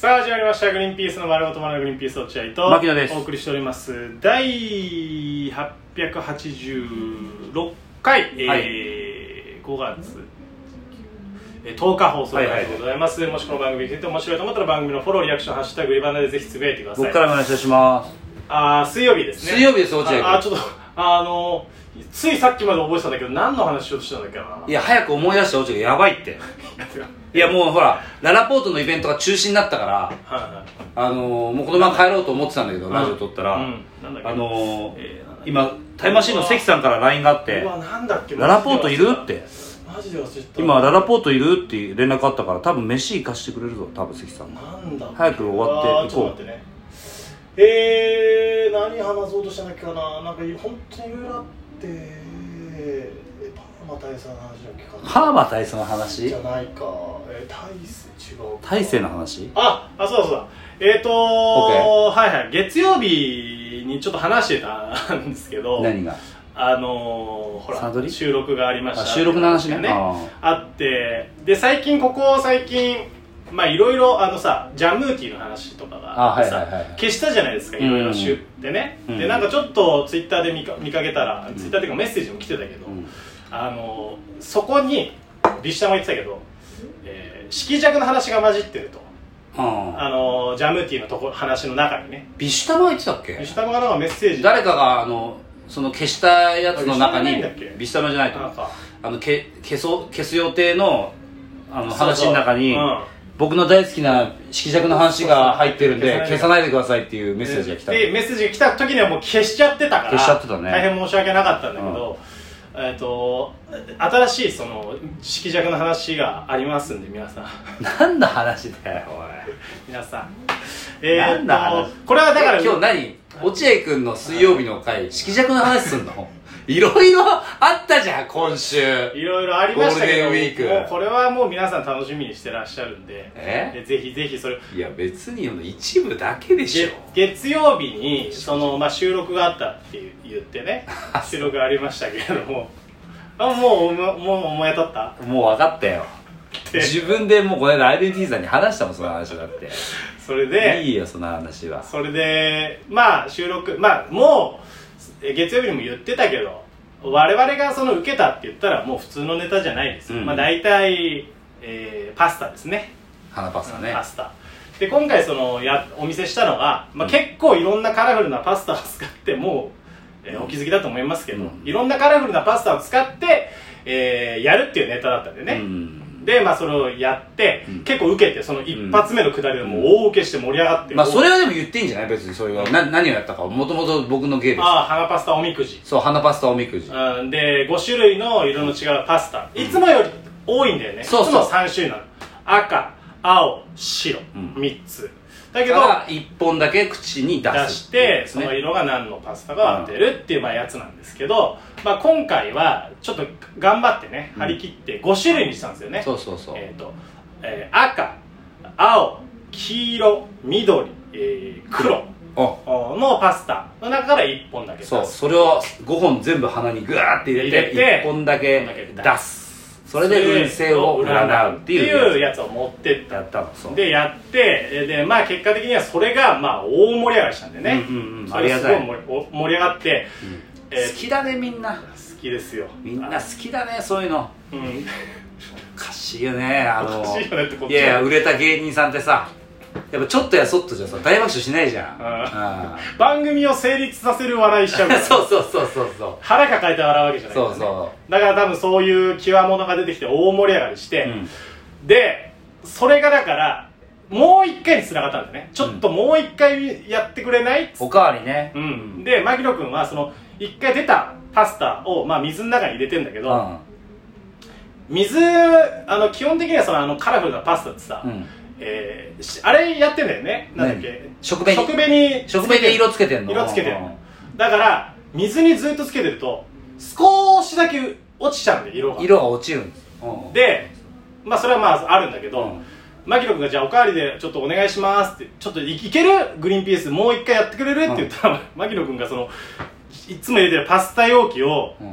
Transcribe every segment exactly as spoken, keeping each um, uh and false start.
さあ始まりました。グリーンピースの丸ごと丸グリーンピース落合と牧野です。 お送りしております第はっぴゃくはちじゅうろっかい、はいえー、ごがつとおか放送でございます、はいはい、もしこの番組聞いて面白いと思ったら番組のフォローリアクションハッシュタグリバナでぜひつぶやいてください。 僕からもお願いします。 あ水曜日ですね。 水曜日です落合君。 ああちょっとあのついさっきまで覚えてたんだけど何の話しようとしたんだっけな。 いや早く思い出した落合君やばいっていやもうほらララポートのイベントが中止になったから、はいはい、あのー、もうこのまま帰ろうと思ってたんだけど、うん、ラジオ撮ったら、うん、あのーえー、今タイムマシーンの関さんから ライン があって、うわなんだっけララポートいるってマジで忘れた。 今ララポートいるって連絡あったから多分飯行かしてくれるぞ多分関さんが。なんだ早く終わって行こう。ちょっと待ってね。 えー、何話そうとしたんだっけかな。なんか本当にいろいろあってパーマ大佐の話だっけかな。 パーマ大佐の話じゃないか。えー、大勢違うか。 大勢の話。 ああそうだそうだ。えっ、ー、とー、はいはい月曜日にちょっと話してたんですけど。 何があのー、ほら収録がありました。 収録の話 ね, ねあ, あってで最近ここ最近まあいろいろあのさジャムーティーの話とかがあってさ、はいはいはい、消したじゃないですかいろいろシュってね、うん、でなんかちょっとツイッターで見 か, 見かけたら、うん、ツイッターっていうかメッセージも来てたけど、うん、あのそこにビシタも言ってたけど、えー、色弱の話が混じってると、うん、あのジャムーティーのとこ話の中にね。 ビシタも言ってたっけ。 ビシタもがなんかメッセージ誰かがあのその消したやつの中にビシタマじゃないとあのけ 消, そう消す予定 の, あの話の中に、うん、僕の大好きな色弱の話が入ってるんで消さないでくださいっていうメッセージが来た。 でメッセージが来た時にはもう消しちゃってたから消しちゃってた、ね、 大変申し訳なかったんだけど、うんえー、と新しいその色弱の話がありますんで皆さん何の話だよおい皆さん、えー、何の話これはだから今日何落合君の水曜日の回色弱の話すんのいろいろあったじゃん今週。 いろいろありましたけどゴールデンウィークもうこれはもう皆さん楽しみにしてらっしゃるんで、えぜひぜひそれいや別に一部だけでしょ。 月曜日にその、まあ、収録があったって言ってね収録がありましたけれどもあもうもうもう思い当たった。 もう分かったよ自分でもうこの間 アイデンティティさんに話したもんその話だって。 それでいいよその話は。それでまあ収録まあもう月曜日にも言ってたけど我々がその受けたって言ったらもう普通のネタじゃないですよ、うん、まあ大体、えー、パスタですね。 花パスタね。 パスタで今回そのやお見せしたのが、まあ、結構いろんなカラフルなパスタを使ってもう、えー、お気づきだと思いますけど、うん、いろんなカラフルなパスタを使って、えー、やるっていうネタだったんでね、うんでまあそれをやって、うん、結構受けてその一発目のくだりでもう大受けして盛り上がって、 うん、まあそれはでも言っていいんじゃない別にそれは、うん、な何をやったかもともと僕の芸です。 ああ花パスタおみくじ。 そう花パスタおみくじ、 うん、でご種類の色の違うパスタ、うん、いつもより多いんだよね。そうそういつもさん種類なの。赤青白、うん、みっつだけどいっぽんだけ口に出す出してその色が何のパスタか当てるっていうまあやつなんですけど、まあ、今回はちょっと頑張ってね、うん、張り切ってご種類にしたんですよね。 そうそうそう、 えーとえー、赤青黄色緑、えー、黒のパスタの中からいっぽんだけ出す。 そうそれをごほん全部鼻にグワーって入れていっぽんだけ出す。それで運勢を占うっていうやつを持ってったでやってで、まあ、結果的にはそれがまあ大盛り上がりしたんでね、うんうんうん、ありがたい。盛り上がって、 うんえー、好きだねみんな。 好きですよみんな好きだねそういうの、うん、おかしいよねあのおかしいよねってこと。 いやいや売れた芸人さんってさやっぱちょっとやそっとじゃさ大爆笑しないじゃん。あ番組を成立させる笑いしちゃうからそうそうそうそうそう腹抱えて笑うわけじゃないから、ね、 そうそうだから多分そういう極物が出てきて大盛り上がりして、うん、でそれがだからもう一回に繋がったんだね。ちょっともう一回やってくれないっつって、 おかわりね、 うん、で牧野君はその一回出たパスタを、まあ、水の中に入れてんだけど、うん、水あの基本的にはそのあのカラフルなパスタってさ、うんえー、あれやってんだよね。なんだっけ食紅食紅に食紅で色つけてんの。 色つけてんのだから水にずっとつけてると少しだけ落ちちゃうんで色が色が落ちるんです。 でまあそれはまああるんだけど、うん、牧野君がじゃあおかわりでちょっとお願いしますってちょっと い, いけるグリーンピースもう一回やってくれるって言ったら、うん、牧野君がそのいつも入れてるパスタ容器を、うん、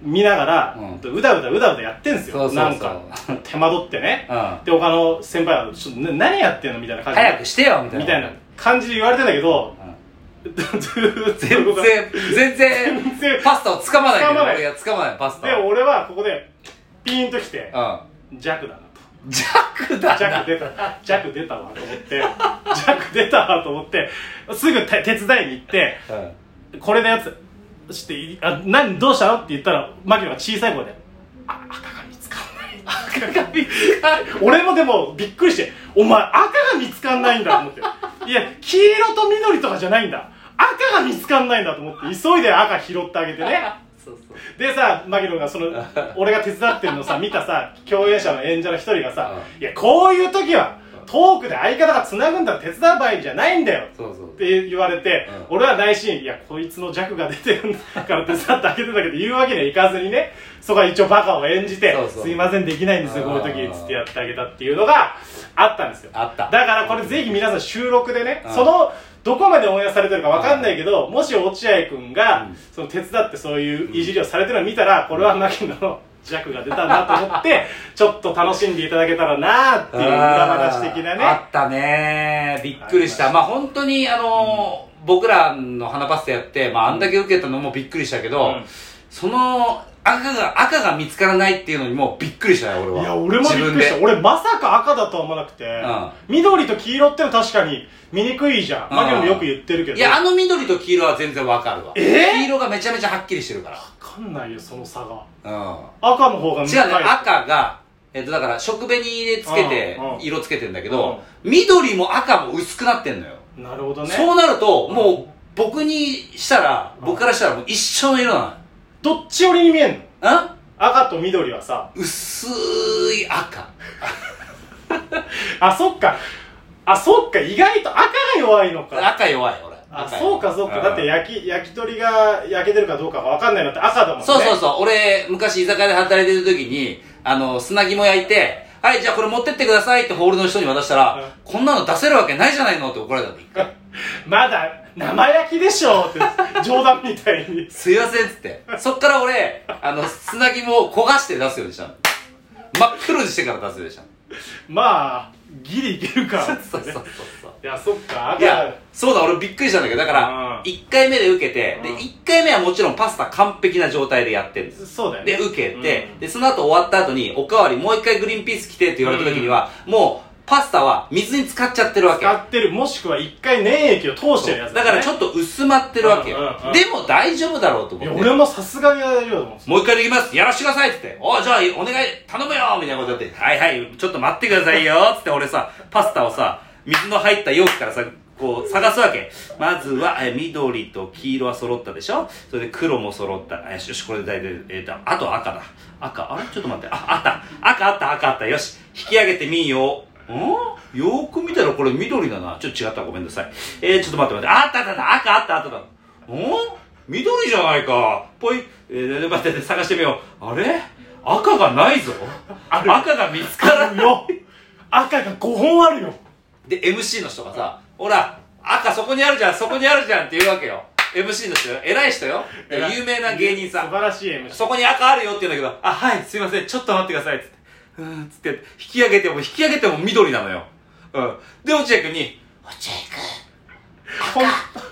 見ながら、うん、うだうだうだうだやってんすよ。そうそうそう、なんか手間取ってね、うん、で他の先輩はちょっと何やってんのみたいな感じで早くしてよみたいなみたいな感じで言われてんだけど、うん、 全然全然パスタをつかまない掴まない俺がつかまないパスタで俺はここでピーンときて、うん、弱だなと弱だな弱出た弱出たわと思って弱出たわと思ってすぐ手伝いに行って、うん、これのやつしてあ何どうしたのって言ったら牧野が小さい声であ赤が見つかんない赤が見つかんない俺もでもびっくりしてお前赤が見つかんないんだと思っていや黄色と緑とかじゃないんだ赤が見つかんないんだと思って急いで赤拾ってあげてねそうそうでさ牧野がその俺が手伝ってるのさ見たさ共演者の演者の一人がさいやこういう時はトークで相方が繋ぐんだら手伝う場合じゃないんだよそうそうって言われて、うん、俺は内心いやこいつの弱が出てるんだから手伝ってあげてんだけど言うわけにはいかずにねそこは一応バカを演じてそうそうすいませんできないんですよこういう時つってやってあげたっていうのがあったんですよあっただからこれぜひ皆さん収録でね、うん、そのどこまでオンエアされてるか分かんないけど、うん、もし落合君が、うん、その手伝ってそういういじりをされてるのを見たらこれは牧野の弱が出たなと思ってちょっと楽しんでいただけたらなっていう裏話的なねあったねびっくりしたまあ本当にあのーうん、僕らの花パスタやって、まあ、あんだけ受けたのもびっくりしたけど、うん、その赤が赤が見つからないっていうのにもびっくりしたよ俺はいや俺もびっくりした俺まさか赤だとは思わなくて、うん、緑と黄色ってのは確かに見にくいじゃんマキオもよく言ってるけどいやあの緑と黄色は全然わかるわ、えー、黄色がめちゃめちゃはっきりしてるから分かんないよその差が、 うん、 赤の方が違うね赤が、えっと、だから食紅でつけて色つけてんだけど、うん、緑も赤も薄くなってんのよなるほどねそうなると、うん、もう僕にしたら、うん、僕からしたらもう一緒の色なのどっち寄りに見えんのん赤と緑はさ薄い赤あそっかあそっか意外と赤が弱いのか赤弱い俺あそうかそうかだって焼き焼き鳥が焼けてるかどうか分かんないのって赤だもんねそうそうそう俺昔居酒屋で働いてる時にあの砂肝焼いてはいじゃあこれ持ってってくださいってホールの人に渡したら、うん、こんなの出せるわけないじゃないのって怒られたの一回まだ生焼きでしょって冗談みたいにすいませんっつってそっから俺あの砂肝を焦がして出すようにしたの真っ黒にしてから出すようにしたのまあギリいけるかそうそうそうそういやそっかいやそうだ俺びっくりしたんだけどだからいっかいめで受けてでいっかいめはもちろんパスタ完璧な状態でやってるんですそうだよねで受けて、うん、でその後終わった後におかわりもう一回グリーンピース来てって言われた時には、うん、もうパスタは水に浸かっちゃってるわけ使ってるもしくは一回粘液を通してるやつだ、ね、だからちょっと薄まってるわけよ、うんうんうん、でも大丈夫だろうと思っていや俺もさすがに大丈夫だと思うもう一回できますやらしてくださいっつっておじゃあお願い頼むよみたいなことやってはいはいちょっと待ってくださいよっつって俺さパスタをさ水の入った容器からさこう探すわけまずはえ緑と黄色は揃ったでしょそれで黒も揃ったよしよしこれで大体えーとあと赤だ赤あれちょっと待ってああった赤あった赤あったよし引き上げてみんよんよーく見たらこれ緑だなちょっと違ったごめんなさいえーちょっと待って待ってあったあったあった赤あったあっただん緑じゃないかぽいえー待って探してみようあれ赤がないぞ赤が見つからんよ赤がごほんあるよで エムシー の人がさほら赤そこにあるじゃんそこにあるじゃんって言うわけよ エムシー の人よ偉い人よ有名な芸人さん素晴らしい エムシーそこに赤あるよって言うんだけどあはいすいませんちょっと待ってくださいっつってうーんつって引き上げても引き上げても緑なのようんで落合君に落合君赤赤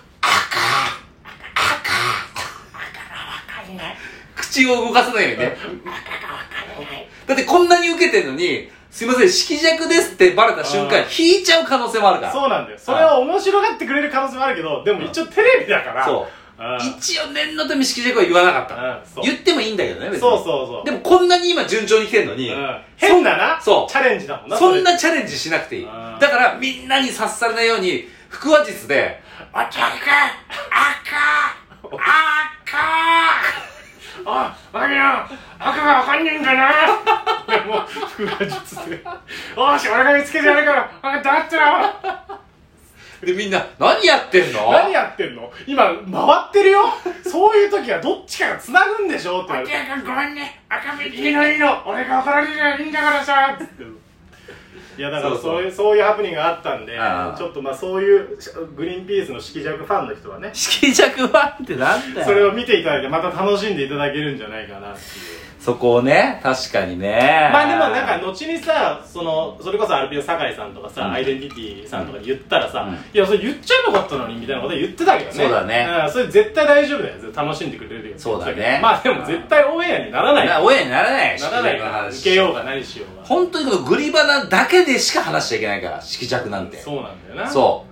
赤赤が分かんない口を動かさないようにね赤が分かんないだってこんなに受けてんのにすいません色弱ですってバレた瞬間引いちゃう可能性もあるからそうなんだよそれは面白がってくれる可能性もあるけどでも一応テレビだからそう一応念のため色弱は言わなかった言ってもいいんだけどね別にそうそうそうでもこんなに今順調に来てんのに、うん、 変だなそうチャレンジだもんなそんなチャレンジしなくていいだからみんなに察されないように腹話術で落合君赤赤あ、マギナ赤がわかんねえんだなでも腹話術でおし俺が見つけてやるから分かったったらでみんな何やってんの何やってんの今回ってるよそういう時はどっちかが繋ぐんでしょって落合君ごめんね赤身いいのいいの俺が分かられりゃいいんだからさつっていいやだからそういうそういうハプニングがあったんで、ちょっとまあそういうグリーンピースの色弱ファンの人はね、 色弱ファンってなんだよ、 それを見ていただいてまた楽しんでいただけるんじゃないかなっていう。 そこをね、確かにね。 まあでもなんか後にさ、そのそれこそアルピオ酒井さんとかさ、うん、アイデンティティさんとかに言ったらさ、うん、いやそれ言っちゃえばよかったのにみたいなこと言ってたけどね。 そうだね、 うん、それ絶対大丈夫だよ、楽しんでくれるよ。 そうだね。 まあでも絶対オンエアにならない、 オンエアにならない、 ならないから受けようが何しようが、 本当にこのグリバナだけでしか話しちゃいけないから、色弱なんて。 そうなんだよな。 そう、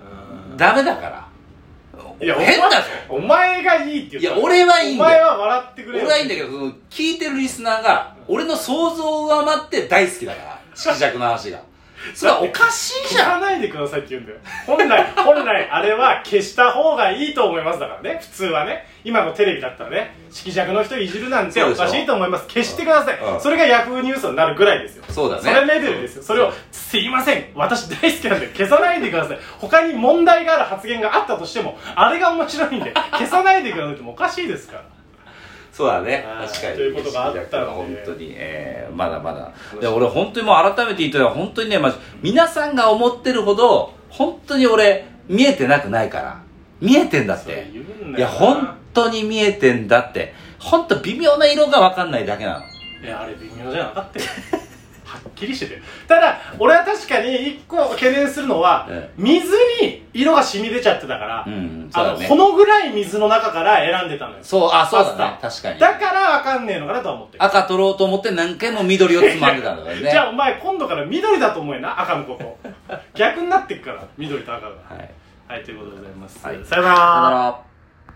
ダメだから。いや変だぞ、 お前がいいって言ったら。 いや俺はいいんだよ、 お前は笑ってくれよ。 俺はいいんだけど、その聞いてるリスナーが俺の想像を上回って大好きだから、色弱の話がそれはおかしいじゃん。 消さないでくださいって言うんだよ。本来本来あれは消した方がいいと思いますだからね、普通はね。今のテレビだったらね、色弱の人いじるなんておかしいと思います、消してください、うん、それがヤフーニュースになるぐらいですよ。 そうだね、 それレベルですよ。それをすいません私大好きなんで消さないでください、他に問題がある発言があったとしてもあれが面白いんで消さないでくださいってもおかしいですから。 そうだね、確かに。 ということがあったので、 本当に、えー、まだまだ。で、俺本当にもう改めて言ったら、本当にね、まじ、皆さんが思ってるほど、本当に俺、見えてなくないから。見えてんだって。いや、本当に見えてんだって。本当微妙な色が分かんないだけなの。 いや、あれ微妙じゃなかったよ。はっきりしてて。ただ、俺は確かに一個懸念するのは、ええ、水に色が染み出ちゃってたから、うん、あの、ね、このぐらい水の中から選んでたのよ。 そう、あ、そうだね。確かに。 だからわかんねえのかなとは思ってる。 赤取ろうと思って何回も緑をつまんでたんだからね。 じゃあお前今度から緑だと思えな、赤のこと。逆になってっから、緑と赤が。はい。はい、ということでございます。はい、さよなら。さよなら。